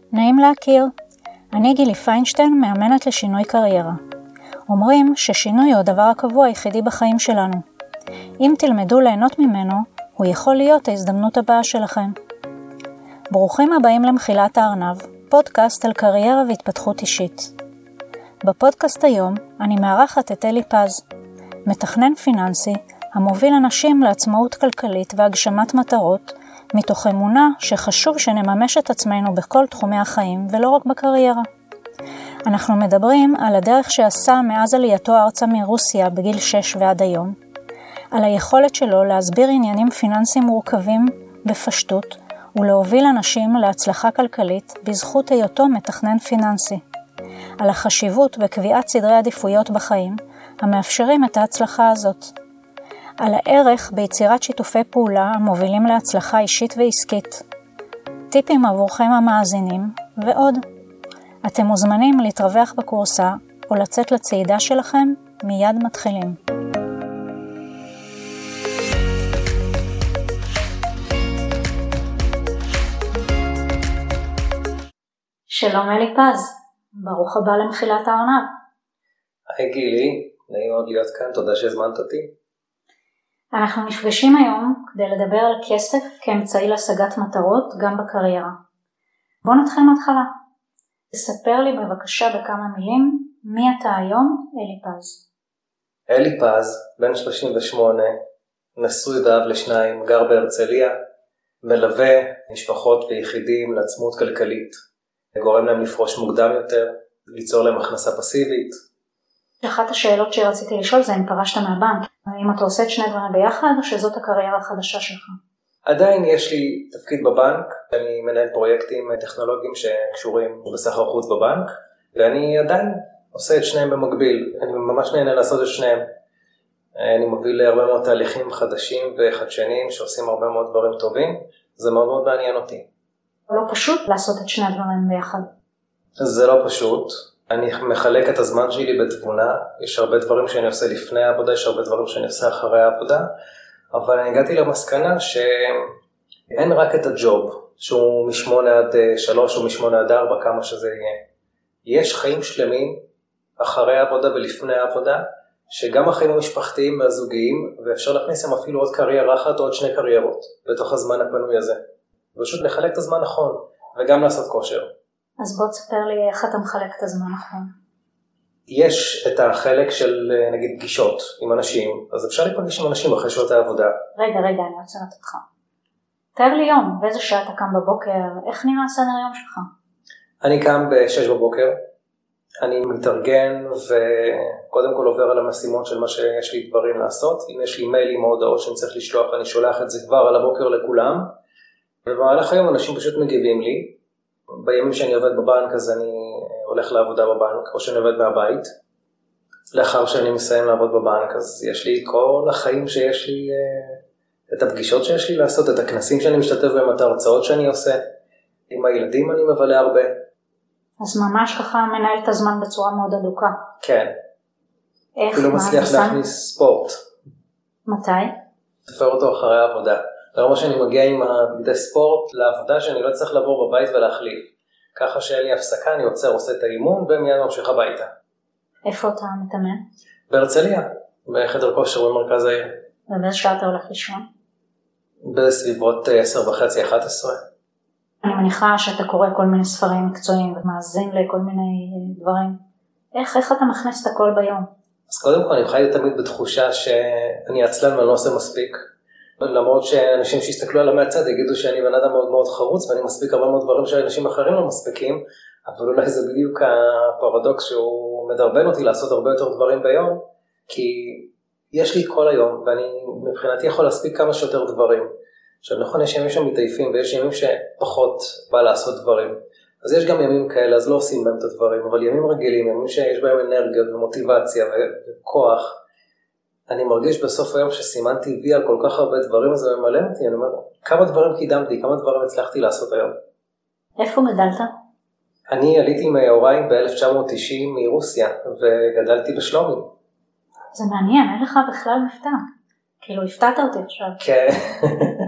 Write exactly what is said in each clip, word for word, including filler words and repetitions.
נעים להכיר. אני גילי פיינשטיין, מאמנת לשינוי קריירה. אומרים ששינוי הוא הדבר הקבוע היחידי בחיים שלנו. אם תלמדו ליהנות ממנו, הוא יכול להיות ההזדמנות הבאה שלכם. ברוכים הבאים למחילת הארנב, פודקאסט על קריירה והתפתחות אישית. בפודקאסט היום אני מארחת את אלי פז, מתכנן פיננסי המוביל אנשים לעצמאות כלכלית והגשמת מטרות, מתוך אמונה שחשוב שנממש את עצמנו בכל תחומי החיים ולא רק בקריירה. אנחנו מדברים על הדרך שעשה מאז עלייתו ארצה מרוסיה בגיל שש ועד היום, על היכולת שלו להסביר עניינים פיננסיים מורכבים בפשטות ולהוביל אנשים להצלחה כלכלית בזכות היותו מתכנן פיננסי, על החשיבות בקביעת סדרי עדיפויות בחיים המאפשרים את ההצלחה הזאת, על הערך ביצירת שיתופי פעולה המובילים להצלחה אישית ועסקית, טיפים עבורכם המאזינים ועוד. אתם מוזמנים להתרווח בקורסה או לצאת לצעידה שלכם, מיד מתחילים. שלום אלי פז, ברוך הבא למחילת הארנב. היי גילי, נעים מאוד להיות כאן, תודה שהזמנת אותי. אנחנו נפגשים היום כדי לדבר על כסף כאמצעי להשגת מטרות גם בקריירה. בוא נתחיל מההתחלה. תספר לי בבקשה בכמה מילים מי אתה היום, אלי פז. אלי פז, בן שלושים ושמונה, נשוי ואב לשניים, גר בהרצליה, מלווה משפחות ויחידים לעצמאות כלכלית, גורם להם לפרוש מוקדם יותר, ליצור להם הכנסה פסיבית. אחת השאלות שרציתי לשאול זה אם פרשת מהבנק, האם אתה עושה את שני דברים ביחד או שזאת הקריירה החדשה שלך? עדיין יש לי תפקיד בבנק, אני מנהל פרויקטים טכנולוגיים שקשורים בסחר חוץ בבנק, ואני עדיין עושה את שניהם במקביל, אני ממש נהנה לעשות את שניהם. אני מוביל הרבה מאוד תהליכים חדשים וחדשניים שעושים הרבה מאוד דברים טובים, זה מאוד מאוד מעניין אותי. לא פשוט לעשות את שני הדברים ביחד. זה לא פשוט, אני מחלק את הזמן שלי בתבונה, יש הרבה דברים שאני עושה לפני העבודה, יש הרבה דברים שאני עושה אחרי העבודה, אבל אני הגעתי למסקנה שאין רק את הג'וב, שהוא משמונה עד שלוש או משמונה עד ארבע, כמה שזה יהיה. יש חיים שלמים אחרי העבודה ולפני העבודה, שגם החיים המשפחתיים והזוגיים, ואפשר להכניס להם אפילו עוד קריירה אחת או עוד שני קריירות, בתוך הזמן הפנוי הזה. פשוט לחלק את הזמן נכון, וגם לעשות כושר. אז בוא תספר לי איך אתה מחלק את הזמן נכון. יש את החלק של נגיד פגישות עם אנשים, אז אפשר להיפגש עם אנשים אחרי שעות העבודה. רגע, רגע, אני עוצרת אותך. תאר לי יום, באיזה שעה אתה קם בבוקר, איך נראה הסדר יום שלך? אני קם בשש בבוקר, אני מתארגן וקודם כל עובר על המשימות של מה שיש לי דברים לעשות. אם יש לי מיילים או הודעות שאני צריך לשלוח, אני שולח את זה כבר על הבוקר לכולם. ובמהלך היום אנשים פשוט מגיבים לי. בימים שאני עובד בבנק אז אני הולך לעבודה בבנק או שאני עובד מהבית. לאחר שאני מסיים לעבוד בבנק אז יש לי כל החיים שיש לי, את הפגישות שיש לי לעשות, את הכנסים שאני משתתף בהם, את ההרצאות שאני עושה. עם הילדים אני מבלה הרבה. אז ממש ככה מנהל את הזמן בצורה מאוד אדוקה. כן. איך? אפילו מצליח להכניס ספורט. מתי? תפר אותו אחרי העבודה. לרמה שאני מגיע עם הבגדי ספורט לעבודה שאני לא צריך לעבור בבית ולהחליף. ככה שאין לי הפסקה, אני עוצר, עושה את האימון ומיד ממשיך הביתה. איפה אתה מתאמן? בהרצליה, בחדר כושר במרכז העיר. ובאיזה שעה אתה הולך לישון? בסביבות עשר וחצי, אחת עשרה. אני מניחה שאתה קורא כל מיני ספרים מקצועיים ומאזין לכל מיני דברים. איך, איך אתה מכניס את הכל ביום? אז קודם כל אני חי תמיד בתחושה שאני עצלן ואני לא עושה מספיק. למרות שאנשים שיסתכלו על מהצד יגידו שאני בן אדם מאוד מאוד חרוץ ואני מספיק הרבה מאוד דברים שאנשים אחרים לא מספיקים, אבל אולי זה בדיוק הפרדוקס שהוא מדרבן אותי לעשות הרבה יותר דברים ביום, כי יש לי כל היום ואני מבחינתי יכול להספיק כמה שיותר דברים. עכשיו נכון, יש ימים שמתעייפים ויש ימים שפחות בא לעשות דברים, אז יש גם ימים כאלה, אז לא עושים בהם את הדברים, אבל ימים רגילים, ימים שיש בהם אנרגיה ומוטיבציה וכוח, אני מרגיש בסוף היום שסימנתי וי על כל כך הרבה דברים, אז זה ממלא אותי, אני אומר, כמה דברים קידמתי, כמה דברים הצלחתי לעשות היום. איפה גדלת? אני עליתי מהוריי ב-אלף תשע מאות תשעים מרוסיה, וגדלתי בשלומי. זה מעניין, אין לך בכלל מבטא. כאילו, הפתעת אותי עכשיו. כן.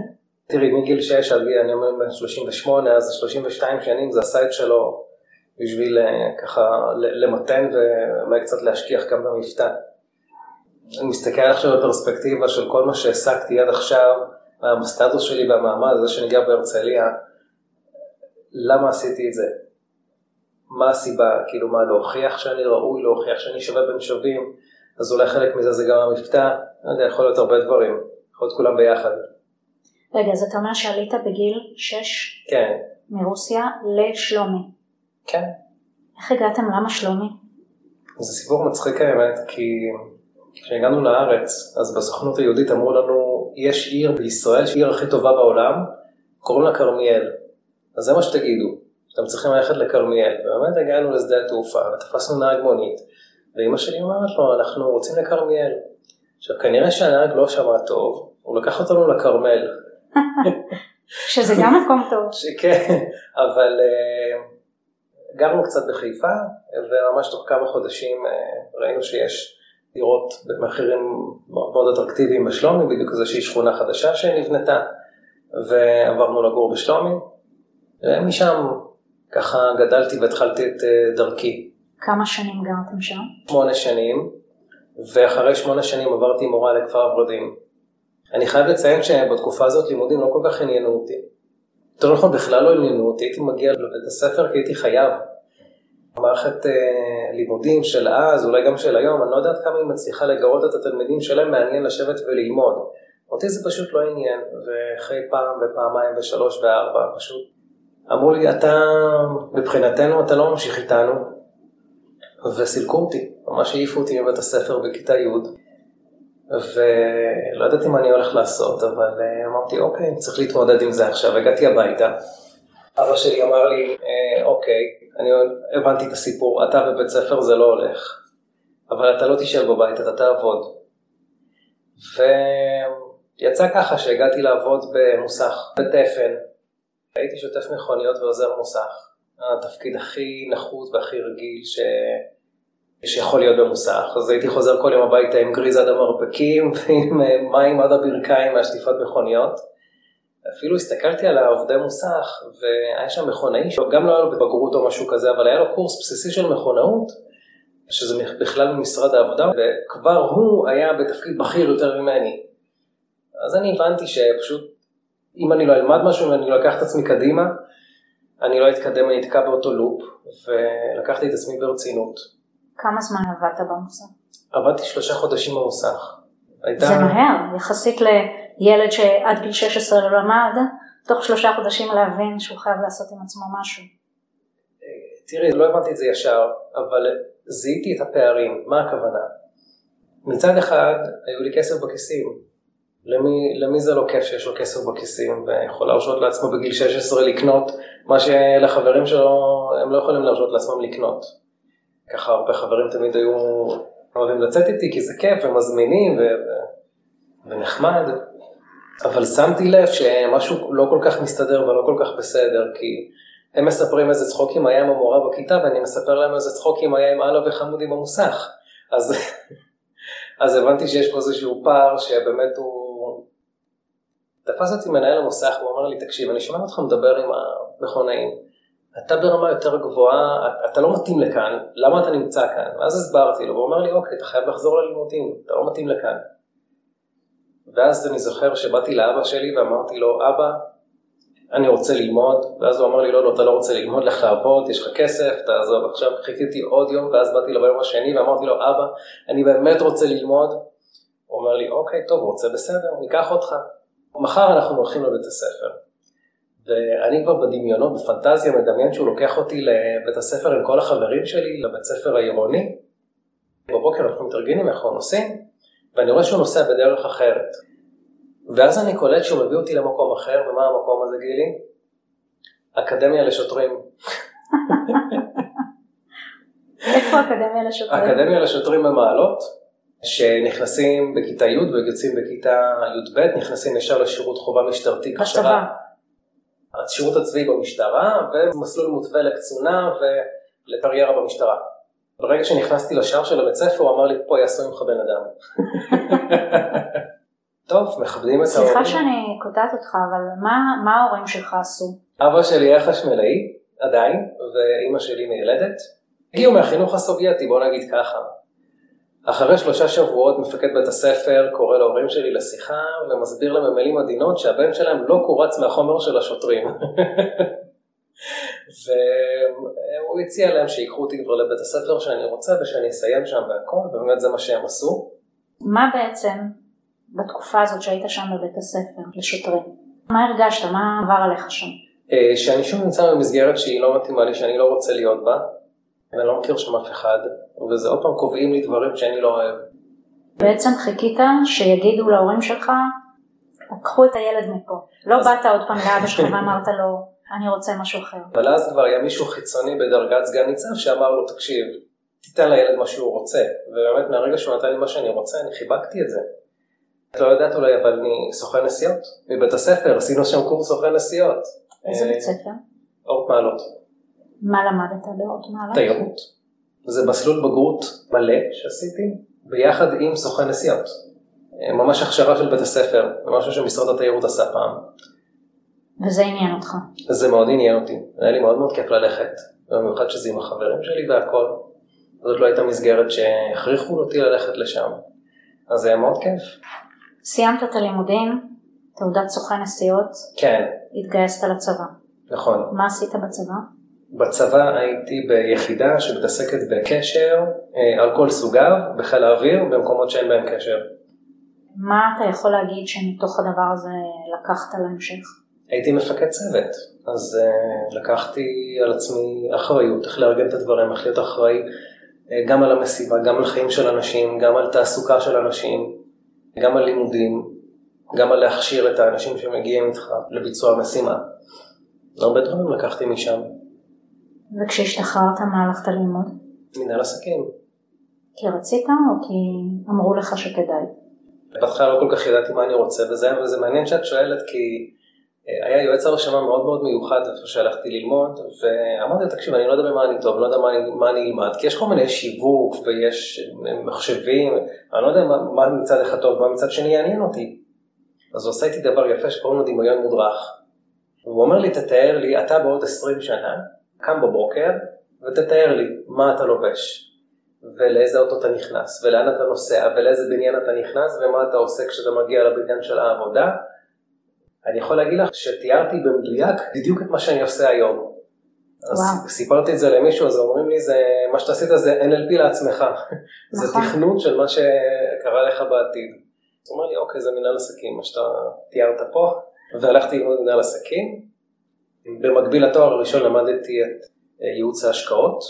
תראי, מגיל שש עד גיל, אני אומר בן שלושים ושמונה, אז שלושים ושתיים שנים זה הסייט שלו בשביל ככה למתן ואולי קצת להשכיח גם במבטא. אני מסתכל עכשיו בפרספקטיבה של כל מה שהעסקתי עד עכשיו, הסטטוס שלי והמעמד הזה שאני גר בהרצליה, למה עשיתי את זה? מה הסיבה? כאילו מה, להוכיח שאני ראוי, להוכיח שאני שווה בין שווים, אז אולי חלק מזה זה גם המבטא, אני יודע, יכול להיות הרבה דברים, יכול להיות כולם ביחד. רגע, אז אתה אומר שעלית בגיל שש? כן. מרוסיה לשלומי. כן. איך הגעתם? למה שלומי? זה סיפור מצחיק האמת, כי כשהגענו לארץ, אז בסוכנות היהודית אמרו לנו, יש עיר בישראל, שהיא העיר הכי טובה בעולם, קוראים לה כרמיאל. אז זה מה שתגידו, שאתם צריכים ללכת לכרמיאל. ובאמת הגענו לשדה התעופה, ותפסנו נהג מונית, ואמא שלי אומרת לו, אנחנו רוצים לכרמיאל. עכשיו, כנראה שהנהג לא שמע טוב, הוא לקח אותנו לכרמל. שזה גם מקום טוב. שכן, אבל uh, גרנו קצת בחיפה, וממש תוך כמה חודשים uh, ראינו שיש דירות במחירים מאוד אטרקטיביים בשלומי, בדיוק זה שהיא שכונה חדשה שנבנתה, ועברנו לגור בשלומי, ומשם ככה גדלתי והתחלתי את uh, דרכי. כמה שנים גרתם שם? שמונה שנים, ואחרי שמונה שנים עברתי מורה לכפר הוורדים. אני חייב לציין שבתקופה הזאת לימודים לא כל כך עניינו אותי. יותר נכון, בכלל לא עניינו אותי, הייתי מגיע לבית הספר כי הייתי חייב. מערכת אה, לימודים של אז, אולי גם של היום, אני לא יודעת כמה היא מצליחה לגרות את התלמידים שלהם, מעניין לשבת וללמוד. אותי זה פשוט לא עניין, ואחרי פעם ופעמיים ושלוש וארבע, פשוט אמרו לי, אתה, מבחינתנו אתה לא ממשיך איתנו, וסילקו אותי, ממש העיפו אותי מבית הספר בכיתה י' ולא ידעתי מה אני הולך לעשות, אבל אמרתי, אוקיי, צריך להתמודד עם זה עכשיו. הגעתי הביתה, אבא שלי אמר לי, אוקיי, אני הבנתי את הסיפור, אתה בבית ספר זה לא הולך, אבל אתה לא תישאר בבית, אתה תעבוד. ויצא ככה שהגעתי לעבוד במוסך, בתפן, הייתי שוטף מכוניות ועוזר מוסך. התפקיד הכי נחות והכי רגיל ש... שיכול להיות במוסך. אז הייתי חוזר כל יום הביתה עם גריז עד המרפקים ועם מים עד הברכיים מהשטיפת מכוניות. אפילו הסתכלתי על העובדי מוסך והיה שם מכונאי, שגם לא היה לו בבגרות או משהו כזה, אבל היה לו קורס בסיסי של מכונאות, שזה בכלל ממשרד העבודה, וכבר הוא היה בתפקיד בכיר יותר ממני. אז אני הבנתי שפשוט, אם אני לא אלמד משהו, אם אני לא אקח את עצמי קדימה, אני לא אתקדם, אני אתקע באותו לופ, ולקחתי את עצמי ברצינות. כמה זמן עבדת במוסך? עבדתי שלושה חודשים במוסך. הייתה... זה מהר, יחסית לילד שעד גיל שש עשרה לא למד, תוך שלושה חודשים להבין שהוא חייב לעשות עם עצמו משהו. תראי, לא הבנתי את זה ישר, אבל זיהיתי את הפערים. מה הכוונה? מצד אחד, היו לי כסף בכיסים. למי, למי זה לא כיף שיש לו כסף בכיסים, ויכול להרשות לעצמו בגיל שש עשרה לקנות מה שלחברים שלו הם לא יכולים להרשות לעצמם לקנות. ככה הרבה חברים תמיד היו אוהבים לצאת איתי, כי זה כיף ומזמינים ו... ו... ונחמד. אבל שמתי לב שמשהו לא כל כך מסתדר ולא כל כך בסדר, כי הם מספרים איזה צחוקים היה עם המורה בכיתה, ואני מספר להם איזה צחוקים היה עם אללה וחמודי במוסך. אז, אז הבנתי שיש פה איזשהו פער שבאמת הוא... תפס אותי מנהל המוסך, הוא אמר לי, תקשיב, אני שומע אותך מדבר עם המכונאים, אתה ברמה יותר גבוהה, אתה לא מתאים לכאן, למה אתה נמצא כאן? ואז הסברתי לו, והוא אומר לי, אוקיי, אתה חייב לחזור ללימודים, אתה לא מתאים לכאן. ואז אני זוכר שבאתי לאבא שלי ואמרתי לו, אבא, אני רוצה ללמוד, ואז הוא אמר לי, לא, לא, אתה לא רוצה ללמוד, לך לעבוד, יש לך כסף, תעזוב. עכשיו חיכיתי עוד יום, ואז באתי לו ביום השני ואמרתי לו, אבא, אני באמת רוצה ללמוד. הוא אומר לי, אוקיי, טוב, רוצה בסדר, ניקח אותך. מחר אנחנו הולכים לבית הספר. ואני כבר בדמיונות, בפנטזיה, מדמיין שהוא לוקח אותי לבית הספר עם כל החברים שלי, לבית הספר העירוני. בבוקר אנחנו מתארגנים, אנחנו נוסעים, ואני רואה שהוא נוסע בדרך אחרת. ואז אני קולט שהוא מביא אותי למקום אחר, ומה המקום הזה גילי? אקדמיה לשוטרים. איפה אקדמיה לשוטרים? אקדמיה לשוטרים במעלות, שנכנסים בכיתה י' ויוצאים בכיתה י' ב', נכנסים ישר לשירות חובה משטרתי. בצבא. השירות הצבאי במשטרה, ומסלול מותווה לקצונה ולקריירה במשטרה. ברגע שנכנסתי לשער של הבית ספר, הוא אמר לי, פה יעשו ממך בן אדם. טוב, מכבדים את ההורים. סליחה שאני קוטעת אותך, אבל מה, מה ההורים שלך עשו? אבא שלי היה חשמלאי, עדיין, ואימא שלי מילדת. הגיעו מהחינוך הסובייטי, בוא נגיד ככה. אחרי שלושה שבועות מפקד בית הספר קורא להורים שלי לשיחה, ומסביר להם במילים עדינות שהבן שלהם לא קורץ מהחומר של השוטרים. והוא הציע להם שיקחו אותי כבר לבית הספר שאני רוצה, ושאני אסיים שם והכל, ובאמת זה מה שהם עשו. מה בעצם בתקופה הזאת שהיית שם בבית הספר לשוטרים? מה הרגשת? מה עבר עליך שם? שאני שוב נמצא במסגרת שהיא לא מתאימה לי, שאני לא רוצה להיות בה, ואני לא מכיר שם אף אחד, וזה עוד פעם קובעים לי דברים שאני לא אוהב. בעצם חיכית שיגידו להורים שלך, לקחו את הילד מפה. לא אז... באת עוד פעם לאבא שלך ואמרת לו, אני רוצה משהו אחר. אבל אז כבר היה מישהו חיצוני בדרגת סגן ניצב שאמר לו, תקשיב, תיתן לילד מה שהוא רוצה. ובאמת מהרגע שהוא נתן לי מה שאני רוצה, אני חיבקתי את זה. את לא יודעת אולי, אבל אני סוכן נסיעות. מבית הספר, עשינו שם קורס סוכן נסיעות. איזה בית ספר? אורט מעלות. מה למדת באורט מעלות? תיירות. זה מסלול בגרות מלא שעשיתי, ביחד עם סוכן נסיעות. ממש הכשרה של בית הספר, משהו שמשרד התיירות עשה פעם. וזה עניין אותך? זה מאוד עניין אותי. היה לי מאוד מאוד כיף ללכת, במיוחד שזה עם החברים שלי והכל. זאת לא הייתה מסגרת שהכריחו אותי ללכת לשם. אז זה היה מאוד כיף. סיימת את הלימודים, תעודת סוכן נסיעות. כן. התגייסת לצבא. נכון. מה עשית בצבא? בצבא הייתי ביחידה שמתעסקת בקשר על כל סוגיו, בחיל האוויר, במקומות שאין בהם קשר. מה אתה יכול להגיד שמתוך הדבר הזה לקחת להמשך? הייתי מפקד צוות, אז uh, לקחתי על עצמי אחריות, איך לארגן את הדברים, איך להיות אחראי uh, גם על המסיבה, גם על חיים של אנשים, גם על תעסוקה של אנשים, גם על לימודים, גם על להכשיר את האנשים שמגיעים איתך לביצוע המשימה. הרבה דברים לקחתי משם. וכשהשתחררת מה הלכת ללמוד? מנהל עסקים. כי רצית או כי אמרו לך שכדאי? בהתחלה לא כל כך ידעתי מה אני רוצה, וזה, וזה מעניין שאת שואלת כי היה יועץ הרשמה מאוד מאוד מיוחד איפה שהלכתי ללמוד, ואמרתי, תקשיב, אני לא יודע במה אני טוב, אני לא יודע מה אני, מה אני אלמד, כי יש כל מיני שיווק ויש מחשבים, אני לא יודע מה, מה מצד אחד טוב, מה מצד שני יעניין אותי. אז הוא עושה איתי דבר יפה שקוראים לו דמיון מודרך. והוא אומר לי, תתאר לי, אתה בעוד עשרים שנה, קם בבוקר, ותתאר לי מה אתה לובש, ולאיזה אוטו אתה נכנס, ולאן אתה נוסע, ולאיזה בניין אתה נכנס, ומה אתה עושה כשאתה מגיע לבניין של העבודה. אני יכול להגיד לך שתיארתי במדויק בדיוק את מה שאני עושה היום. וואו. אז סיפרתי את זה למישהו, אז אומרים לי, זה, מה שאתה עשית זה אן אל פי לעצמך. זה תכנות של מה שקרה לך בעתיד. הוא אומר לי, אוקיי, זה מנהל עסקים, מה שאתה תיארת פה. והלכתי ללמוד מנהל עסקים. במקביל לתואר הראשון למדתי את ייעוץ ההשקעות.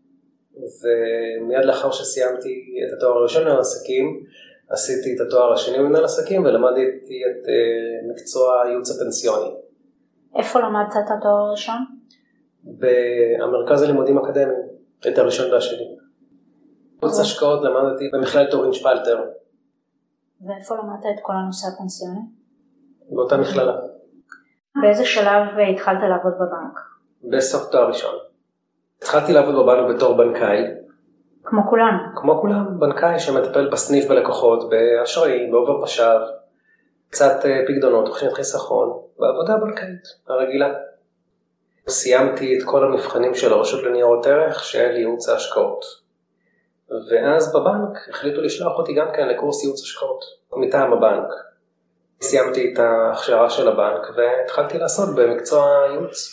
ומיד לאחר שסיימתי את התואר הראשון למנהל עסקים, עשיתי את התואר השני במנהל עסקים ולמדתי את uh, מקצוע הייעוץ הפנסיוני. איפה למדת את התואר הראשון? במרכז הלימודים אקדמיים, את הראשון והשני. ייעוץ השקעות למדתי במכללת אורין שפלטר. ואיפה למדת את כל הנושא הפנסיוני? באותה מכללה. באיזה שלב התחלת לעבוד בבנק? בסוף תואר ראשון. התחלתי לעבוד בבנק בתור בנקאי. כמו כולם. כמו כולם, בנקאי שמטפל בסניף בלקוחות, באשראי, באובר פשב, קצת פקדונות, תוכנית חיסכון, בעבודה בנקאית הרגילה. סיימתי את כל המבחנים של הרשות לניירות ערך של ייעוץ ההשקעות. ואז בבנק החליטו לשלוח אותי גם כן לקורס ייעוץ השקעות, מטעם הבנק. סיימתי את ההכשרה של הבנק והתחלתי לעשות במקצוע ייעוץ.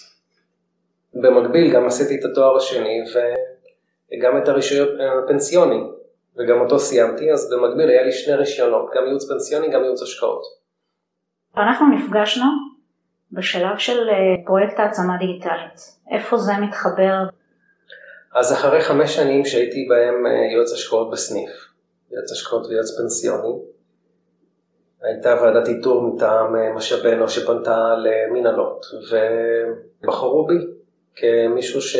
במקביל גם עשיתי את התואר השני ו... גם את הרישיון הפנסיוני, וגם אותו סיימתי, אז במקביל היה לי שני רישיונות, גם ייעוץ פנסיוני, גם ייעוץ השקעות. אנחנו נפגשנו בשלב של פרויקט העצמה דיגיטלית. איפה זה מתחבר? אז אחרי חמש שנים שהייתי בהם ייעוץ השקעות בסניף, ייעוץ השקעות וייעוץ פנסיוני, הייתה ועדת איתור מטעם משאבי אנוש שפנתה למנהלות, ובחרו בי כמישהו ש...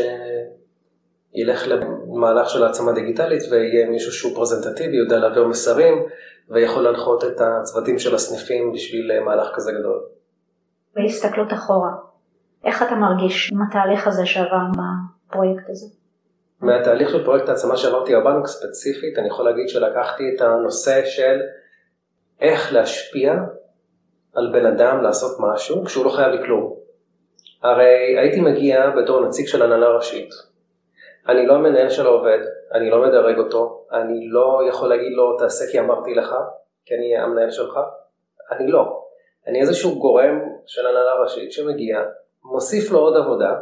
ילך למהלך של העצמה דיגיטלית ויהיה מישהו שהוא פרזנטטיבי, יודע להעביר מסרים ויכול להנחות את הצוותים של הסניפים בשביל מהלך כזה גדול. בהסתכלות אחורה, איך אתה מרגיש עם התהליך הזה שעבר בפרויקט הזה? מהתהליך של פרויקט העצמה שעברתי בבנק ספציפית, אני יכול להגיד שלקחתי את הנושא של איך להשפיע על בן אדם לעשות משהו כשהוא לא חייב לי כלום. הרי הייתי מגיע בתור נציג של הנהלה ראשית. אני לא המנהל של העובד, אני לא מדרג אותו, אני לא יכול להגיד לו תעשה כי אמרתי לך, כי אני המנהל שלך. אני לא. אני איזשהו גורם של הנהלה ראשית שמגיע, מוסיף לו עוד עבודה,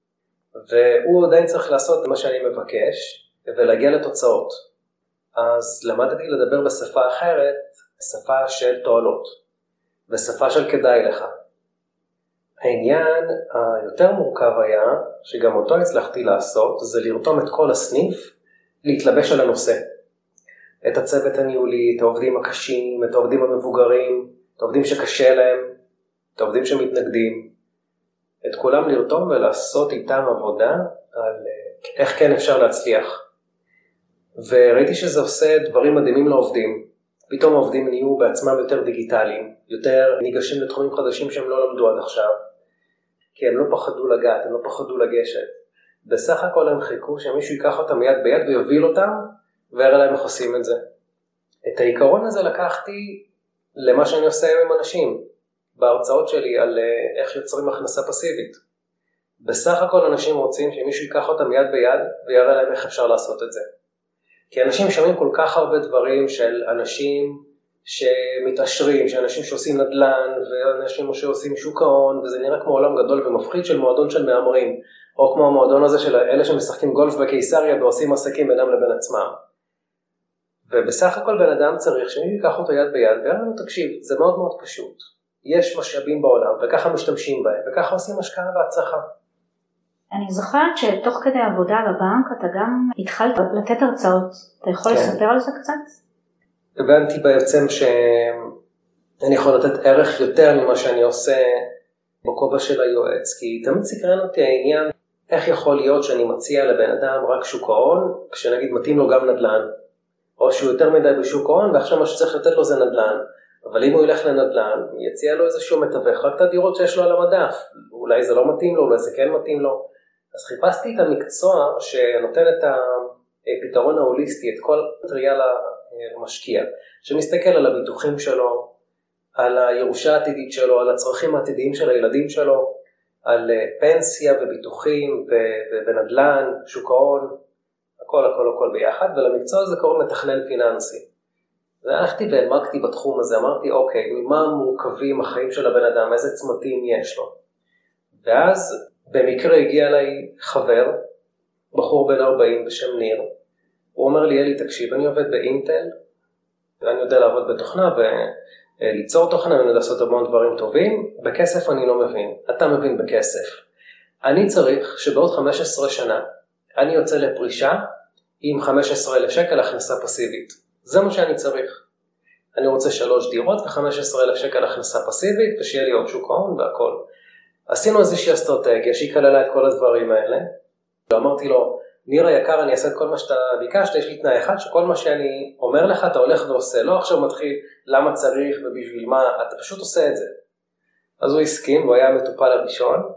והוא עדיין צריך לעשות מה שאני מבקש, ולהגיע לתוצאות. אז למדתי לדבר בשפה אחרת, שפה של תועלות, ושפה של כדאי לך. העניין היותר מורכב היה, שגם אותו הצלחתי לעשות, זה לרתום את כל הסניף, להתלבש על הנושא. את הצוות הניהולי, את העובדים הקשים, את העובדים המבוגרים, את העובדים שקשה להם, את העובדים שמתנגדים. את כולם לרתום ולעשות איתם עבודה על איך כן אפשר להצליח. וראיתי שזה עושה דברים מדהימים לעובדים. פתאום העובדים נהיו בעצמם יותר דיגיטליים, יותר ניגשים לתחומים חדשים שהם לא למדו עד עכשיו. כי הם לא פחדו לגעת, הם לא פחדו לגשת. בסך הכל הם חיכו שמישהו ייקח אותם יד ביד ויוביל אותם, ויראה להם איך עושים את זה. את העיקרון הזה לקחתי למה שאני עושה עם אנשים, בהרצאות שלי על איך יוצרים הכנסה פסיבית. בסך הכל אנשים רוצים שמישהו ייקח אותם יד ביד, ויראה להם איך אפשר לעשות את זה. כי אנשים שומעים כל כך הרבה דברים של אנשים שמתעשרים, שאנשים שעושים נדל"ן, ואנשים שעושים שוק ההון, וזה נראה כמו עולם גדול ומפחיד של מועדון של מאמרים, או כמו המועדון הזה של אלה שמשחקים גולף בקיסריה ועושים עסקים בינם לבין עצמם. ובסך הכל בן אדם צריך שמי ייקח אותו יד ביד, ויראה לנו תקשיב, זה מאוד מאוד פשוט. יש משאבים בעולם, וככה משתמשים בהם, וככה עושים השקעה והצלחה. אני זוכרת שתוך כדי עבודה בבנק אתה גם התחלת לתת הרצאות. אתה יכול כן. לספר על זה קצת? הבנתי בעצם שאני יכול לתת ערך יותר ממה שאני עושה בכובע של היועץ, כי תמיד סקרן אותי העניין איך יכול להיות שאני מציע לבן אדם רק שוק ההון, כשנגיד מתאים לו גם נדל"ן, או שהוא יותר מדי בשוק ההון ועכשיו מה שצריך לתת לו זה נדל"ן. אבל אם הוא ילך לנדל"ן, יציע לו איזשהו מתווך, רק את הדירות שיש לו על המדף. אולי זה לא מתאים לו, אולי זה כן מתאים לו. אז חיפשתי את המקצוע שנותן את הפתרון ההוליסטי, את כל טריאל המשקיע, שמסתכל על הביטוחים שלו, על הירושה העתידית שלו, על הצרכים העתידיים של הילדים שלו, על פנסיה וביטוחים ונדל"ן, שוק ההון, הכל הכל הכל ביחד, ולמקצוע הזה קוראים מתכנן פיננסי. והלכתי והעמקתי בתחום הזה, אמרתי אוקיי, ממה מורכבים החיים של הבן אדם, איזה צמתים יש לו. ואז במקרה הגיע אליי חבר, בחור בן ארבעים בשם ניר, הוא אומר לי, אלי תקשיב, אני עובד באינטל, ואני יודע לעבוד בתוכנה וליצור תוכנה, ואני יודע לעשות המון דברים טובים, בכסף אני לא מבין, אתה מבין בכסף. אני צריך שבעוד חמש עשרה שנה, אני יוצא לפרישה עם חמישה עשר אלף שקל הכנסה פסיבית. זה מה שאני צריך. אני רוצה שלוש דירות ו-חמישה עשר אלף שקל הכנסה פסיבית, ושיהיה לי עוד שוק ההון והכל. עשינו איזושהי אסטרטגיה שהיא כללה את כל הדברים האלה. ואמרתי לו, ניר היקר, אני אעשה את כל מה שאתה ביקשת, יש לי תנאי אחד שכל מה שאני אומר לך אתה הולך ועושה, לא עכשיו מתחיל למה צריך ובשביל מה, אתה פשוט עושה את זה. אז הוא הסכים, הוא היה המטופל הראשון.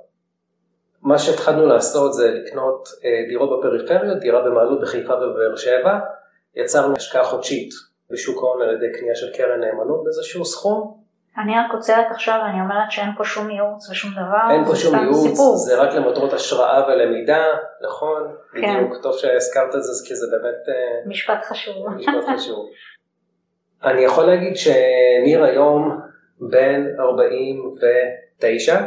מה שהתחלנו לעשות זה לקנות דירות בפריפריות, דירה במעלות בחיפה ובבאר שבע, יצרנו השקעה חודשית בשוק ההון על ידי קנייה של קרן נאמנות באיזשהו סכום. אני רק עוצרת עכשיו, אני אומרת שאין פה שום ייעוץ ושום דבר, אין פה שום ייעוץ, זה רק למטרות השראה ולמידה, נכון? כן. בדיוק, טוב שהזכרת את זה, כי זה באמת משפט חשוב. משפט חשוב. אני יכול להגיד שניר היום בן ארבעים ותשע,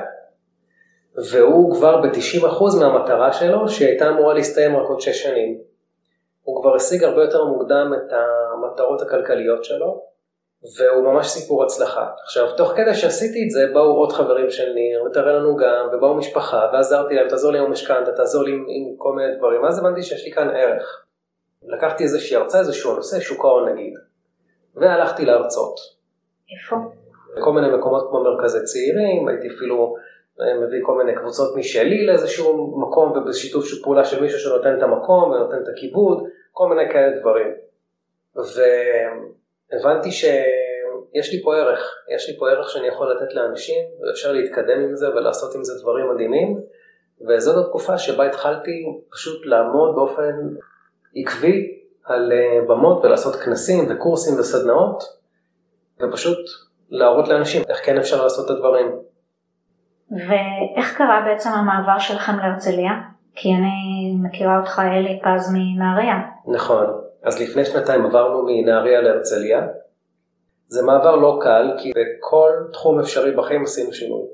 והוא כבר ב-תשעים אחוז מהמטרה שלו, שהייתה אמורה להסתיים רק עוד שש שנים. הוא כבר השיג הרבה יותר מוקדם את המטרות הכלכליות שלו, והוא ממש סיפור הצלחה. עכשיו, תוך כדי שעשיתי את זה, באו עוד חברים של ניר, ותראה לנו גם, ובאו משפחה, ועזרתי להם, תעזור לי עם משכנתא, תעזור לי עם, עם כל מיני דברים. אז הבנתי שיש לי כאן ערך. לקחתי איזושהי הרצאה, איזשהו נושא, שוק ההון נגיד, והלכתי להרצות. איפה? בכל מיני מקומות כמו מרכזי צעירים, הייתי אפילו מביא כל מיני קבוצות משלי לאיזשהו מקום, ובשיתוף של פעולה של מישהו שנותן את המקום, ונותן את הכיבוד, כל מיני כאלה דברים. והבנתי שיש לי פה ערך, יש לי פה ערך שאני יכול לתת לאנשים, ואפשר להתקדם עם זה ולעשות עם זה דברים מדהימים, וזאת התקופה שבה התחלתי פשוט לעמוד באופן עקבי על במות ולעשות כנסים וקורסים וסדנאות, ופשוט להראות לאנשים איך כן אפשר לעשות את הדברים. ואיך קרה בעצם המעבר שלכם להרצליה? כי אני מכירה אותך אלי פז מנהריה. נכון, אז לפני שנתיים עברנו מנהריה להרצליה. זה מעבר לא קל, כי בכל תחום אפשרי בחיים עשינו שינוי.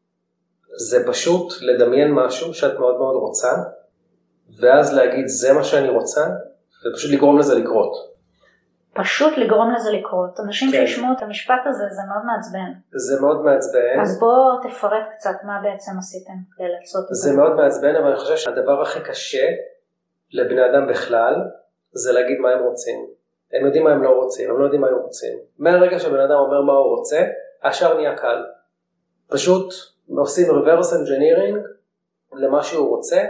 זה פשוט לדמיין משהו שאת מאוד מאוד רוצה, ואז להגיד זה מה שאני רוצה, ופשוט לגרום לזה לקרות. פשוט לגרום לזה לקרות. אנשים כן. שישמעו את המשפט הזה, זה מאוד מעצבן. זה מאוד מעצבן. אז בוא תפרט קצת מה בעצם עשיתם כדי לעשות את זה. זה מאוד מעצבן, אבל אני חושב שהדבר הכי קשה לבני אדם בכלל, זה להגיד מה הם רוצים. הם יודעים מה הם לא רוצים, הם לא יודעים מה הם רוצים. מהרגע שבן אדם אומר מה הוא רוצה, השאר נהיה קל. פשוט עושים reverse engineering למה שהוא רוצה,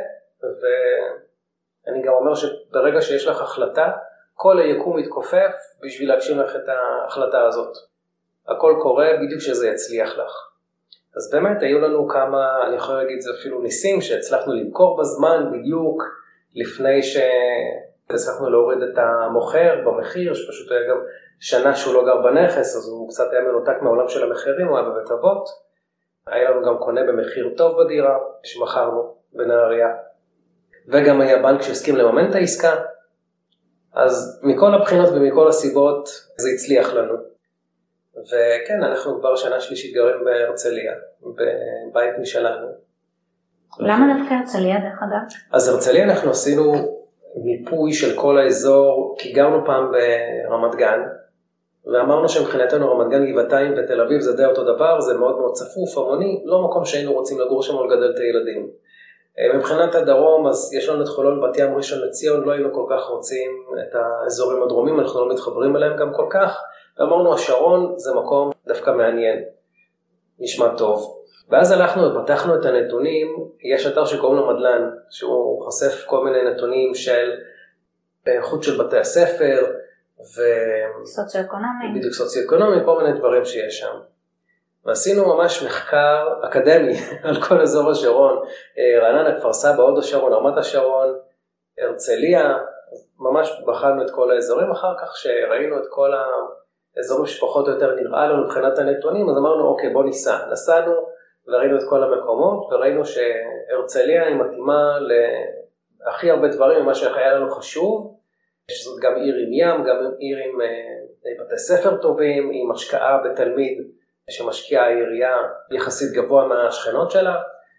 ואני גם אומר שברגע שיש לך החלטה, כל היקום מתכופף בשביל להגשים לך את ההחלטה הזאת. הכל קורה בדיוק שזה יצליח לך. אז באמת היו לנו כמה, אני יכול להגיד זה אפילו ניסים, שהצלחנו למכור בזמן בדיוק לפני שהצלחנו להוריד את המוכר במחיר, שפשוט היה גם שנה שהוא לא גר בנכס, אז הוא קצת היה מנותק מהעולם של המחירים, הוא היה בבית אבות. היה לנו גם קונה במחיר טוב בדירה שמכרנו בנהריה. וגם היה בנק שהסכים לממן את העסקה. אז מכל הבחינות ומכל הסיבות זה הצליח לנו. וכן, אנחנו כבר שנה שלישית גרים בהרצליה, בבית משלנו. למה דווקא הרצליה דרך אגב? אז הרצליה אנחנו עשינו מיפוי של כל האזור, כי גרנו פעם ברמת גן, ואמרנו שמבחינתנו רמת גן, גבעתיים ותל אביב זה די אותו דבר, זה מאוד מאוד צפוף, המוני, לא מקום שהיינו רוצים לגור שם או לגדל את הילדים. מבחינת הדרום, אז יש לנו את חולון, בת ים, ראשון לציון, לא היינו כל כך רוצים את האזורים הדרומים, אנחנו לא מתחברים אליהם גם כל כך, ואמרנו השרון זה מקום דווקא מעניין, נשמע טוב. ואז הלכנו ופתחנו את הנתונים, יש אתר שקוראים לו מדלן, שהוא חושף כל מיני נתונים של איכות של בתי הספר, ו... סוציו-אקונומי. בדיוק סוציו-אקונומי, כל מיני דברים שיש שם. ועשינו ממש מחקר אקדמי על כל אזור השרון, רעננה, כפר סבא, הוד השרון, רמת השרון, הרצליה, ממש בחנו את כל האזורים, אחר כך שראינו את כל האזורים שפחות או יותר נראה לנו מבחינת הנתונים, אז אמרנו אוקיי בוא ניסע, נסענו וראינו את כל המקומות, וראינו שהרצליה היא מתאימה להכי הרבה דברים ממה שהיה לנו חשוב, שזאת גם עיר עם ים, גם עיר עם בתי ספר טובים, עם השקעה בתלמיד, שמשקיעה העירייה יחסית גבוה מהשכנות שלה,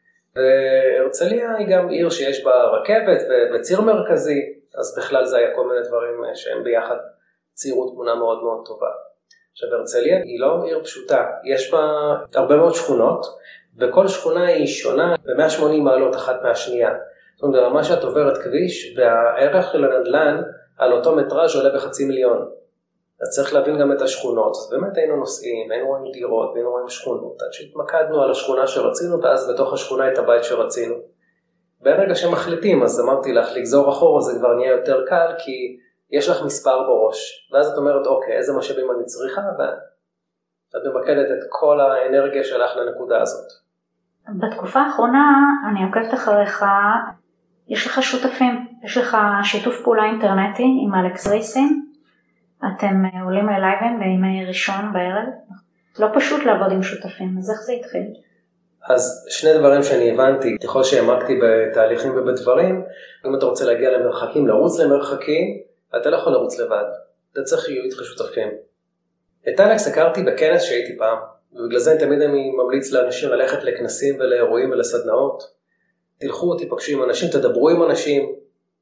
והרצליה היא גם עיר שיש בה רכבת וציר מרכזי, אז בכלל זה היה כל מיני דברים שהם ביחד ציירו תמונה מאוד מאוד טובה. עכשיו הרצליה היא לא עיר פשוטה, יש בה הרבה מאוד שכונות, וכל שכונה היא שונה ב-מאה ושמונים מעלות אחת מהשנייה. זאת אומרת, ממש את עוברת כביש, והערך של הנדל"ן על אותו מטראז' עולה בחצי מיליון. אז צריך להבין גם את השכונות, אז באמת היינו נוסעים, היינו רואים דירות, היינו רואים שכונות, עד שהתמקדנו על השכונה שרצינו, ואז בתוך השכונה את הבית שרצינו. ברגע שמחליטים, אז אמרתי לך, לגזור אחורה זה כבר נהיה יותר קל, כי יש לך מספר בראש, ואז את אומרת, אוקיי, איזה משאבים אני צריכה, ואת ממקדת את כל האנרגיה שלך לנקודה הזאת. בתקופה האחרונה, אני עוקבת אחריך, יש לך שותפים, יש לך שיתוף פעולה אינטרנטי עם אלכס ריסין, אתם עולים ללייבים בימי ראשון בערב, לא פשוט לעבוד עם שותפים, אז איך זה התחיל? אז שני דברים שאני הבנתי, ככל שהעמקתי בתהליכים ובדברים, אם אתה רוצה להגיע למרחקים, לרוץ למרחקים, אתה לא יכול לרוץ לבד, אתה צריך להיות איתך שותפים. את אלכס הכרתי בכנס שהייתי פעם, ובגלל זה תמיד אני ממליץ לאנשים ללכת לכנסים ולאירועים ולסדנאות. תלכו, תיפגשו עם אנשים, תדברו עם אנשים,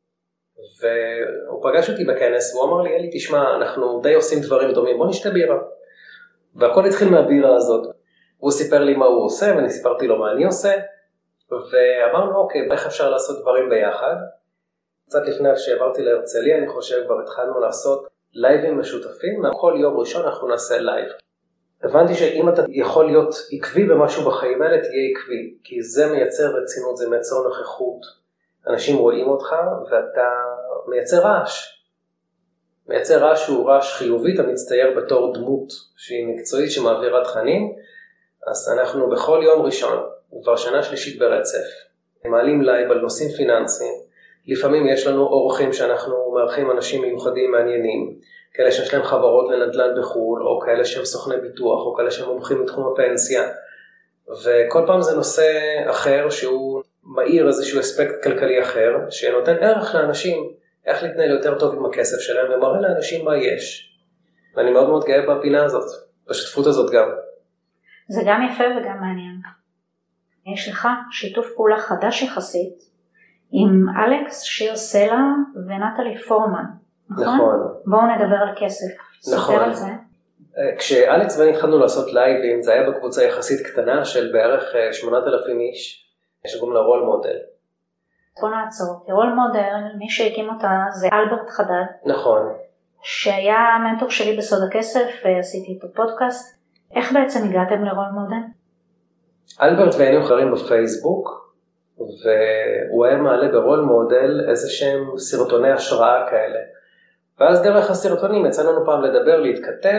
והוא פגש אותי בכנס, והוא אמר לי, אלי, תשמע, אנחנו די עושים דברים דומים, בוא נשתה בירה. והכל התחיל מהבירה הזאת. הוא סיפר לי מה הוא עושה, ואני סיפרתי לו מה אני עושה, ואמרנו, אוקיי, איך אפשר לעשות דברים ביחד? קצת לפני שעברתי להרצליה, אני חושב, כבר התחלנו לעשות לייבים משותפים, כל יום ראשון אנחנו נעשה לייב. הבנתי שאם אתה יכול להיות עקבי במשהו בחיים האלה, תהיה עקבי, כי זה מייצר רצינות, זה מייצר נוכחות. אנשים רואים אותך, ואתה מייצר רעש. מייצר רעש שהוא רעש חיובי, אתה מצטייר בתור דמות שהיא מקצועית שמעבירה תכנים, אז אנחנו בכל יום ראשון, כבר שנה שלישית ברצף, מעלים לייב על נושאים פיננסיים, לפעמים יש לנו אורחים שאנחנו מארחים אנשים מיוחדים מעניינים, כאלה שיש להם חברות לנדל"ן בחו"ל, או כאלה שהם סוכני ביטוח, או כאלה שהם מומחים בתחום הפנסיה, וכל פעם זה נושא אחר שהוא מאיר איזשהו אספקט כלכלי אחר, שנותן ערך לאנשים, איך להתנהל יותר טוב עם הכסף שלהם, ומראה לאנשים מה יש. ואני מאוד מאוד גאה בפינה הזאת, בשותפות הזאת גם. זה גם יפה וגם מעניין. יש לך שיתוף פעולה חדש יחסית, עם אלכס, שיר סלע ונטלי פורמן, נכון? נכון. בואו נדבר על כסף, נכון. ספר על זה. כשאלכס ואני התחלנו לעשות לייבים, זה היה בקבוצה יחסית קטנה של בערך שמונת אלפים איש, שקוראים לה רול מודל. בוא נעצור, רול מודל, מי שהקים אותה זה אלברט חדד. נכון. שהיה המנטור שלי בסוד הכסף, ועשיתי איתו פודקאסט. איך בעצם הגעתם לרול מודל? אלברט והיינו חברים בפייסבוק, והוא היה מעלה ברול מודל איזה שהם סרטוני השראה כאלה. ואז דרך הסרטונים יצא לנו פעם לדבר, להתכתב,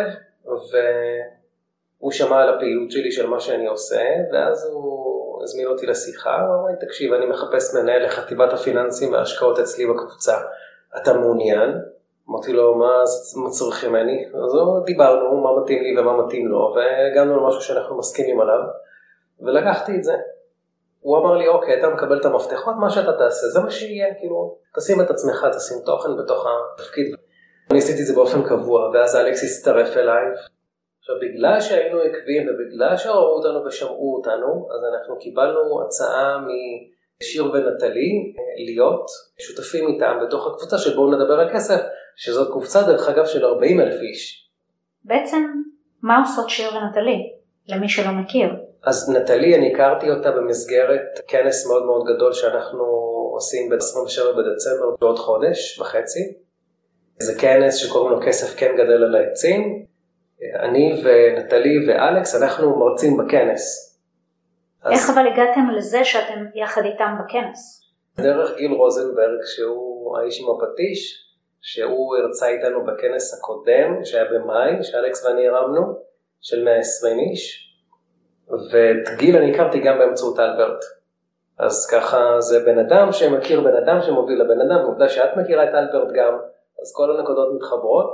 והוא שמע על הפעילות שלי של מה שאני עושה, ואז הוא הזמין אותי לשיחה, הוא אמר לי, תקשיב, אני מחפש מנהל לחטיבת הפיננסים וההשקעות אצלי בקבוצה, אתה מעוניין? אמרתי לו, מה צריכים ממני? אז דיברנו, מה מתאים לי ומה מתאים לו, והגענו למשהו שאנחנו מסכימים עליו, ולקחתי את זה. הוא אמר לי, אוקיי, אתה מקבל את המפתחות, מה שאתה תעשה, זה מה שיהיה, כאילו, תשים את עצמך, תשים תוכן בתוך התפקיד. אני עשיתי את זה באופן קבוע, ואז אלכס הצטרף אליי. עכשיו, בגלל שהיינו עקבים, ובגלל שראו אותנו ושמעו אותנו, אז אנחנו קיבלנו הצעה משיר ונטלי, להיות שותפים איתם בתוך הקבוצה של בואו נדבר על כסף, שזאת קבוצה דרך אגב של ארבעים אלף איש. בעצם, מה עושות שיר ונטלי, למי שלא מכיר? אז נטלי, אני הכרתי אותה במסגרת כנס מאוד מאוד גדול שאנחנו עושים ב-עשרים ושבעה בדצמבר בעוד חודש וחצי. זה כנס שקוראים לו כסף כן גדל על העצים. אני ונטלי ואלכס, אנחנו מרצים בכנס. איך אבל הגעתם לזה שאתם יחד איתם בכנס? דרך גיל רוזנברג, שהוא האיש עם הפטיש, שהוא הרצה איתנו בכנס הקודם, שהיה במאי, שאלכס ואני הרמנו, של מאה ועשרים איש. ואת גיל אני הכרתי גם באמצעות אלברט. אז ככה זה בן אדם שמכיר בן אדם שמוביל לבן אדם, ועובדה שאת מכירה את אלברט גם, אז כל הנקודות מתחברות.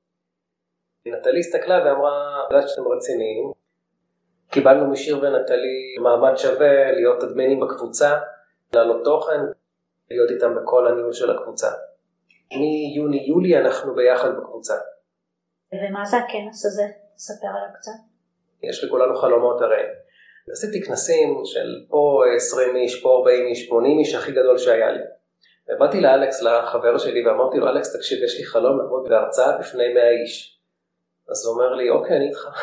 נטלי הסתכלה ואמרה, יודעת שאתם רציניים, קיבלנו משיר ונטלי מעמד שווה להיות אדמינים בקבוצה, לעלות תוכן, להיות איתם בכל הניהול של הקבוצה. מיוני-יולי אנחנו ביחד בקבוצה. ומה זה הכנס הזה? תספר עליו קצת. יש לכולנו חלומות הרי. עשיתי כנסים של פה עשרים איש, פה ארבעים איש, שמונים איש, הכי גדול שהיה לי. ובאתי לאלכס, לחבר שלי, ואמרתי לו, אלכס, תקשיב, יש לי חלום לעמוד בהרצאה בפני מאה איש. אז הוא אומר לי, אוקיי, אני איתך.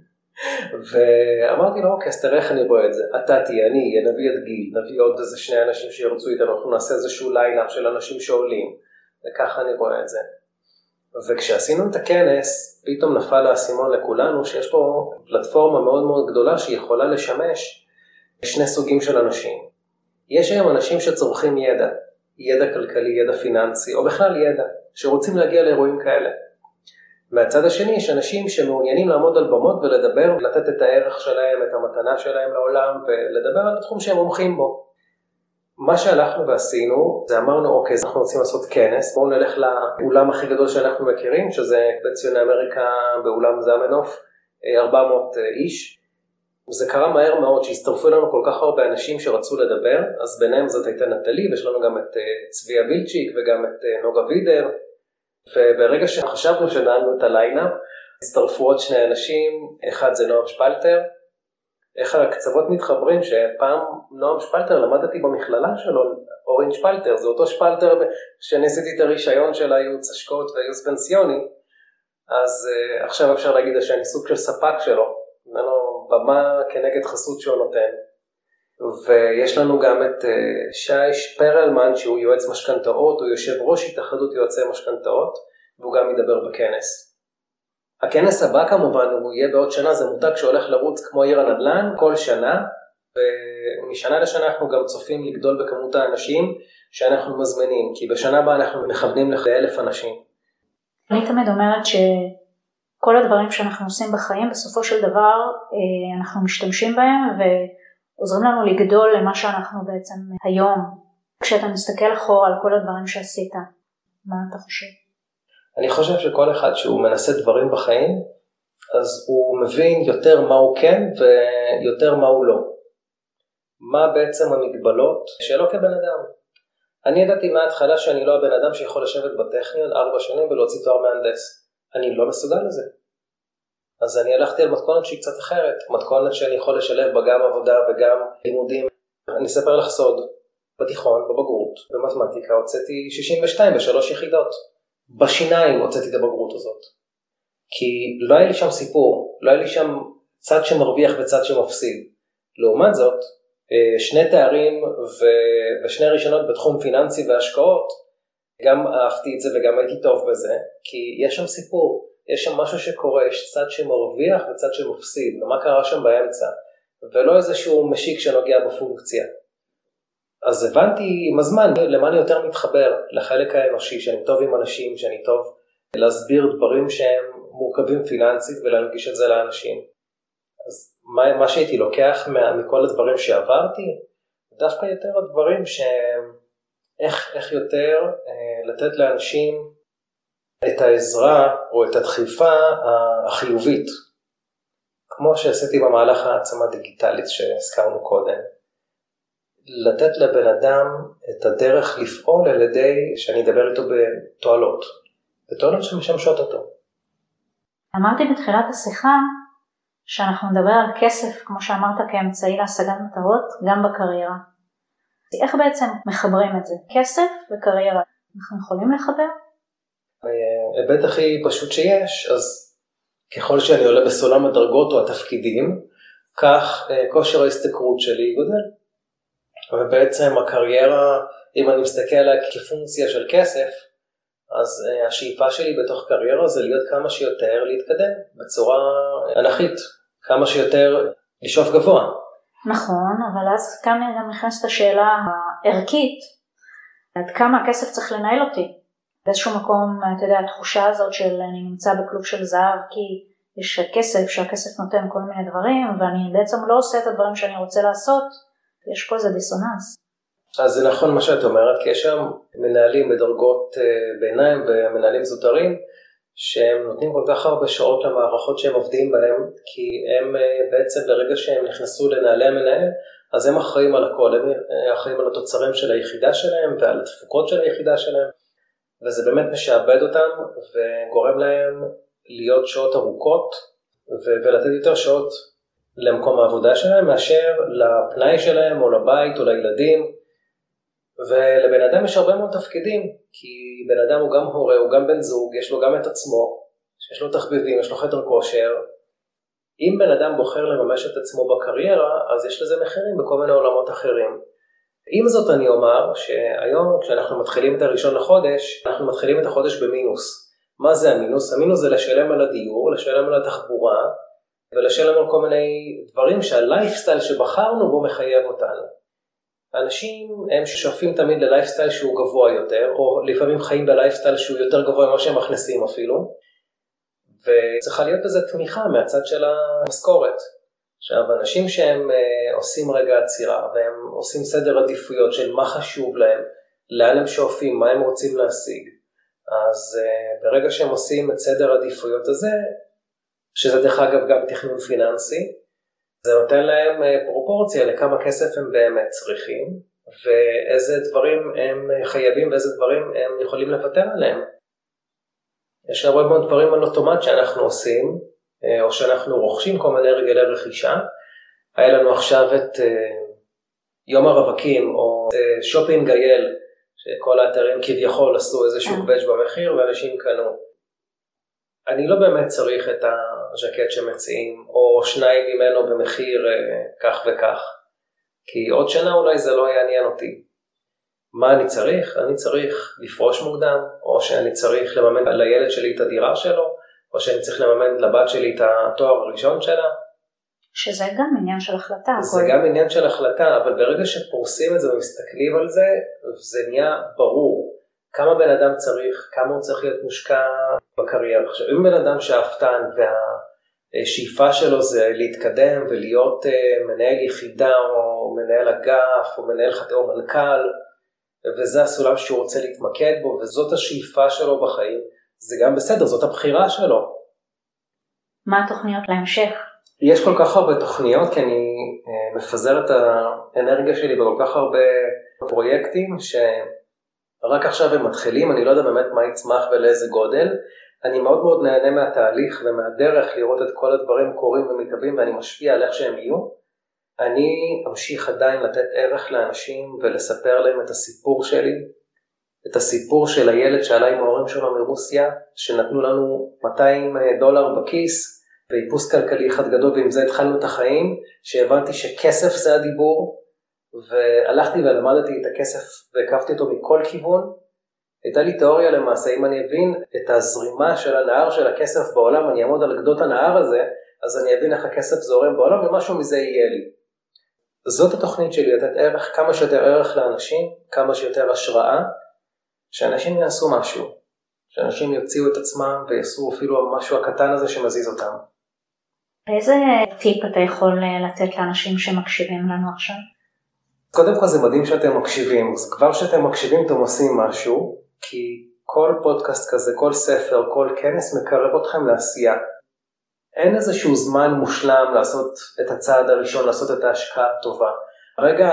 ואמרתי לו, אוקיי, אז תראה איך אני רואה את זה. אתה תהיה, אני אהיה, נביא את גיל, נביא עוד איזה שני אנשים שירצו איתנו, אנחנו נעשה איזשהו ליינאפ של אנשים שעולים. וככה אני רואה את זה. וכשעשינו את הכנס, פתאום נפל האסימון לכולנו שיש פה פלטפורמה מאוד מאוד גדולה שיכולה לשמש שני סוגים של אנשים. יש היום אנשים שצורכים ידע, ידע כלכלי, ידע פיננסי, או בכלל ידע, שרוצים להגיע לאירועים כאלה. מהצד השני יש אנשים שמעוניינים לעמוד על במות ולדבר, ולתת את הערך שלהם, את המתנה שלהם לעולם, ולדבר על התחום שהם מומחים בו. מה שהלכנו ועשינו, זה אמרנו, אוקיי, אז אנחנו רוצים לעשות כנס, בואו נלך לאולם הכי גדול שאנחנו מכירים, שזה בציוני אמריקה באולם זמנוף, ארבע מאות איש. זה קרה מהר מאוד שהצטרפו לנו כל כך הרבה אנשים שרצו לדבר, אז ביניהם זאת הייתה נטלי, ויש לנו גם את צביה וילצ'יק וגם את נוגה וידר, וברגע שחשבנו שנעלנו את הליינאפ, הצטרפו עוד שני אנשים, אחד זה נועם שפלטר, איך הקצוות מתחברים, שפעם נועם שפלטר למדתי במכללה שלו, אורין שפלטר, זה אותו שפלטר שניסיתי את הרישיון של הייעוץ השקעות וייעוץ פנסיוני, אז uh, עכשיו אפשר להגיד שאני סוג של ספק שלו, ממנו במה כנגד חסות שהוא נותן, ויש לנו גם את uh, שי פרלמן שהוא יועץ משכנתאות, הוא יושב ראש התאחדות יועצי משכנתאות, והוא גם ידבר בכנס. הכנס הבא כמובן הוא יהיה בעוד שנה, זה מותג שהולך לרוץ כמו עיר הנדל"ן כל שנה, ומשנה לשנה אנחנו גם צופים לגדול בכמות האנשים שאנחנו מזמינים, כי בשנה הבאה אנחנו מכוונים לאלף אנשים. אני תמיד אומרת שכל הדברים שאנחנו עושים בחיים בסופו של דבר אנחנו משתמשים בהם ועוזרים לנו לגדול למה שאנחנו בעצם היום. כשאתה מסתכל אחורה על כל הדברים שעשית, מה אתה חושב? אני חושב שכל אחד שהוא מנסה דברים בחיים, אז הוא מבין יותר מה הוא כן ויותר מה הוא לא. מה בעצם המגבלות שלו כבן אדם. אני ידעתי מההתחלה שאני לא הבן אדם שיכול לשבת בטכניון ארבע שנים ולהוציא תואר מהנדס. אני לא מסוגל לזה. אז אני הלכתי על מתכונת שהיא קצת אחרת, מתכונת שאני יכול לשלב בה גם עבודה וגם לימודים. אני אספר לך סוד, בתיכון, בבגרות, במתמטיקה, הוצאתי שישים ושתיים בשלוש יחידות. בשיניים הוצאתי את הבגרות הזאת. כי לא היה לי שם סיפור, לא היה לי שם צד שמרוויח וצד שמפסיד. לעומת זאת, שני תארים ושני ראשונות בתחום פיננסי והשקעות, גם אהבתי את זה וגם הייתי טוב בזה, כי יש שם סיפור. יש שם משהו שקורה, יש צד שמרוויח וצד שמפסיד, ומה קרה שם באמצע, ולא איזשהו משיק שנוגע בפונקציה. אז הבנתי עם הזמן למה אני יותר מתחבר לחלק האנושי, שאני טוב עם אנשים, שאני טוב להסביר דברים שהם מורכבים פיננסית ולהנגיש את זה לאנשים. אז מה, מה שהייתי לוקח מכל הדברים שעברתי, דווקא יותר הדברים שהם, איך, איך יותר אה, לתת לאנשים את העזרה או את הדחיפה החיובית, כמו שעשיתי במהלך העצמה דיגיטלית שהזכרנו קודם, לתת לבן אדם את הדרך לפעול על ידי שאני אדבר איתו בתועלות, בתועלות שמשמשות אותו. אמרתי בתחילת השיחה שאנחנו נדבר על כסף, כמו שאמרת, כאמצעי להשגת מטרות, גם בקריירה. איך בעצם מחברים את זה? כסף וקריירה, אנחנו יכולים לחבר? ההיבט הכי פשוט שיש, אז ככל שאני עולה בסולם הדרגות או התפקידים, כך כושר ההסתכרות שלי גודל. ובעצם הקריירה, אם אני מסתכל עליה כפונקציה של כסף, אז השאיפה שלי בתוך קריירה זה להיות כמה שיותר להתקדם בצורה אנכית, כמה שיותר לשאוף גבוה. נכון, אבל אז כאן גם נכנסת השאלה הערכית, עד כמה הכסף צריך לנהל אותי. באיזשהו מקום, אתה יודע, התחושה הזאת של אני נמצא בכלוב של זהב, כי יש כסף, שהכסף נותן כל מיני דברים, ואני בעצם לא עושה את הדברים שאני רוצה לעשות, יש פה איזה דיסוננס. אז זה נכון מה שאת אומרת, כי יש שם מנהלים בדרגות ביניים ומנהלים זוטרים, שהם נותנים כל כך הרבה שעות למערכות שהם עובדים בהם, כי הם בעצם ברגע שהם נכנסו לנהלי המנהל, אז הם אחראים על הכל, הם אחראים על התוצרים של היחידה שלהם ועל התפוקות של היחידה שלהם, וזה באמת משעבד אותם וגורם להם להיות שעות ארוכות ו- ולתת יותר שעות למקום העבודה שלהם מאשר לפנאי שלהם או לבית או לילדים. ולבן אדם יש הרבה מאוד תפקידים, כי בן אדם הוא גם הורה, הוא גם בן זוג, יש לו גם את עצמו, שיש לו תחביבים, יש לו חדר כושר. אם בן אדם בוחר לממש את עצמו בקריירה, אז יש לזה מחירים בכל מיני עולמות אחרים. עם זאת אני אומר שהיום כשאנחנו מתחילים את הראשון לחודש, אנחנו מתחילים את החודש במינוס. מה זה המינוס? המינוס זה לשלם על הדיור, לשלם על התחבורה, ולשלם על כל מיני דברים שהלייפסטייל שבחרנו בו מחייב אותנו. האנשים הם שואפים תמיד ללייפסטייל שהוא גבוה יותר, או לפעמים חיים בלייפסטייל שהוא יותר גבוה ממה שהם מכניסים אפילו, וצריכה להיות בזה תמיכה מהצד של המשכורת. עכשיו, אנשים שהם אה, עושים רגע עצירה, והם עושים סדר עדיפויות של מה חשוב להם, לאן הם שואפים, מה הם רוצים להשיג, אז אה, ברגע שהם עושים את סדר העדיפויות הזה, שזה דרך אגב גם תכנון פיננסי, זה נותן להם אה, פרופורציה לכמה כסף הם באמת צריכים, ואיזה דברים הם חייבים ואיזה דברים הם יכולים לוותר עליהם. יש הרבה מאוד דברים על אוטומט שאנחנו עושים, או שאנחנו רוכשים כל מיני רגלי רכישה. היה לנו עכשיו את uh, יום הרווקים, או uh, שופינג גייל, שכל האתרים כביכול עשו איזשהו בדג' במחיר, ואנשים קנו. אני לא באמת צריך את הז'קט שמציעים, או שניים ממנו במחיר uh, כך וכך, כי עוד שנה אולי זה לא יעניין אותי. מה אני צריך? אני צריך לפרוש מוקדם, או שאני צריך לממן לילד שלי את הדירה שלו, או שאני צריך לממן לבת שלי את התואר הראשון שלה. שזה גם עניין של החלטה. זה כל... גם עניין של החלטה, אבל ברגע שפורסים את זה ומסתכלים על זה, זה נהיה ברור כמה בן אדם צריך, כמה הוא צריך להיות מושקע בקריירה. עכשיו, אם בן אדם שאפתן והשאיפה שלו זה להתקדם ולהיות מנהל יחידה, או מנהל אגף, או מנהל חטא או מנכ"ל, וזה הסולם שהוא רוצה להתמקד בו, וזאת השאיפה שלו בחיים, זה גם בסדר, זאת הבחירה שלו. מה התוכניות להמשך? יש כל כך הרבה תוכניות, כי אני מפזר את האנרגיה שלי בכל כך הרבה פרויקטים, שרק עכשיו הם מתחילים, אני לא יודע באמת מה יצמח ולאיזה גודל, אני מאוד מאוד נהנה מהתהליך ומהדרך לראות את כל הדברים קורים ומתהווים, ואני משפיע על איך שהם יהיו. אני אמשיך עדיין לתת ערך לאנשים ולספר להם את הסיפור שלי, את הסיפור של הילד שעלה עם ההורים שלו מרוסיה, שנתנו לנו מאתיים דולר בכיס, ואיפוס כלכלי אחד גדול, ועם זה התחלנו את החיים, שהבנתי שכסף זה הדיבור, והלכתי ולמדתי את הכסף והקפתי אותו מכל כיוון. הייתה לי תיאוריה למעשה, אם אני אבין את הזרימה של הנהר של הכסף בעולם, אני אעמוד על גדות הנהר הזה, אז אני אבין איך הכסף זורם בעולם, ומשהו מזה יהיה לי. זאת התוכנית שלי, לתת ערך, כמה שיותר ערך לאנשים, כמה שיותר השראה, שאנשים יעשו משהו, שאנשים יוציאו את עצמם ויעשו אפילו משהו הקטן הזה שמזיז אותם. איזה טיפ אתה יכול לתת לאנשים שמקשיבים לנו עכשיו? קודם כל זה מדהים שאתם מקשיבים, אז כבר שאתם מקשיבים אתם עושים משהו, כי כל פודקאסט כזה, כל ספר, כל כנס מקרב אתכם לעשייה. אין איזשהו זמן מושלם לעשות את הצעד הראשון, לעשות את ההשקעה הטובה. הרגע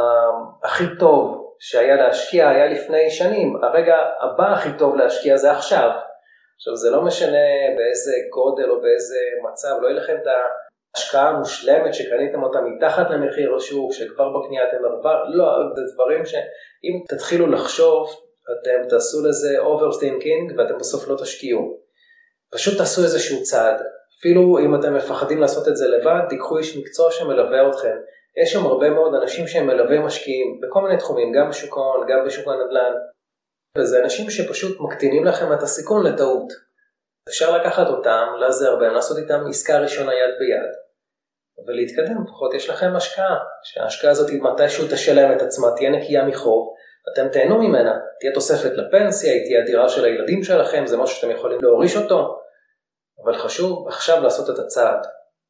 הכי טוב שהיה להשקיע היה לפני שנים, הרגע הבא הכי טוב להשקיע זה עכשיו. עכשיו זה לא משנה באיזה גודל או באיזה מצב, לא יהיה לכם את ההשקעה המושלמת שקניתם אותה מתחת למחיר השוק, שכבר בקנייה אתם עבר, לא, זה דברים שאם תתחילו לחשוב, אתם תעשו לזה overthinking ואתם בסוף לא תשקיעו. פשוט תעשו איזשהו צעד. אפילו אם אתם מפחדים לעשות את זה לבד, תיקחו איש מקצוע שמלווה אתכם. יש שם הרבה מאוד אנשים שהם מלווה משקיעים בכל מיני תחומים, גם בשוק ההון, גם בשוק הנדל"ן. וזה אנשים שפשוט מקטינים לכם את הסיכון לטעות. אפשר לקחת אותם, לעזר בהם, לעשות איתם עסקה ראשונה יד ביד, ולהתקדם. פחות יש לכם השקעה, שההשקעה הזאת מתישהו תשלם את עצמה, תהיה נקייה מחוב, אתם תהנו ממנה, תהיה תוספת לפנסיה, היא תהיה הדירה של הילדים שלכם, זה משהו שאתם יכולים להוריש אותו, אבל חשוב עכשיו לעשות את הצעד.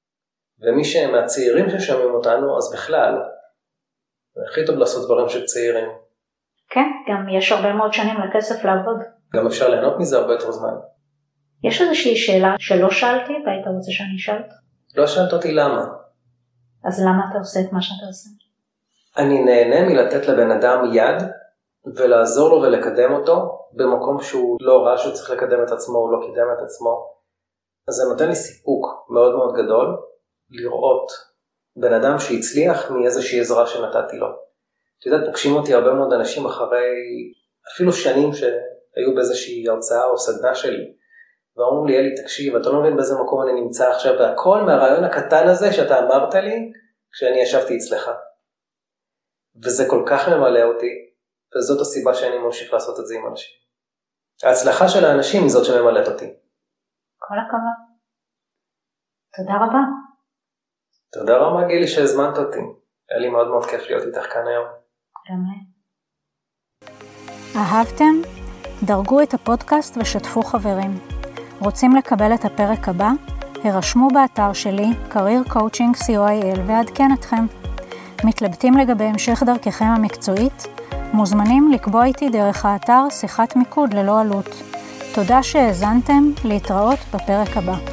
ומי שמהצעירים ששומעים אותנו, אז בכלל, זה הכי טוב לעשות דברים של צעירים. כן, גם יש הרבה מאוד שנים לכסף לעבוד. גם אפשר ליהנות מזה הרבה יותר זמן. יש איזושהי שאלה שלא שאלתי, והיית רוצה שאני שאלת? לא שאלת אותי למה. אז למה אתה עושה את מה שאתה עושה? אני נהנה מלתת לבן אדם יד, ולעזור לו ולקדם אותו, במקום שהוא לא ראה שהוא צריך לקדם את עצמו, הוא לא קידם את עצמו. אז זה נותן לי סיפוק מאוד מאוד גדול, לראות בן אדם שהצליח מאיזושהי עזרה שנתתי לו. אתה יודע, פוגשים אותי הרבה מאוד אנשים אחרי, אפילו שנים שהיו באיזושהי הרצאה או סדנה שלי, ואומרים לי, אלי, תקשיב, אתה לא מבין באיזה מקום אני נמצא עכשיו, והכל מהרעיון הקטן הזה שאתה אמרת לי, כשאני ישבתי אצלך. וזה כל כך ממלא אותי, וזאת הסיבה שאני ממשיך לעשות את זה עם אנשים. ההצלחה של האנשים היא זאת שממלאת אותי. כל הכבוד. תודה רבה. תודה רבה גילי שהזמנת אותי. היה לי מאוד מאוד כיף להיות איתך כאן היום. גם לי. אהבתם? דרגו את הפודקאסט ושתפו חברים. רוצים לקבל את הפרק הבא? הרשמו באתר שלי, Career Coaching סי או איי אל, ועדכן אתכם. מתלבטים לגבי המשך דרככם המקצועית? מוזמנים לקבוע איתי דרך האתר שיחת מיקוד ללא עלות. תודה שהאזנתם, להתראות בפרק הבא.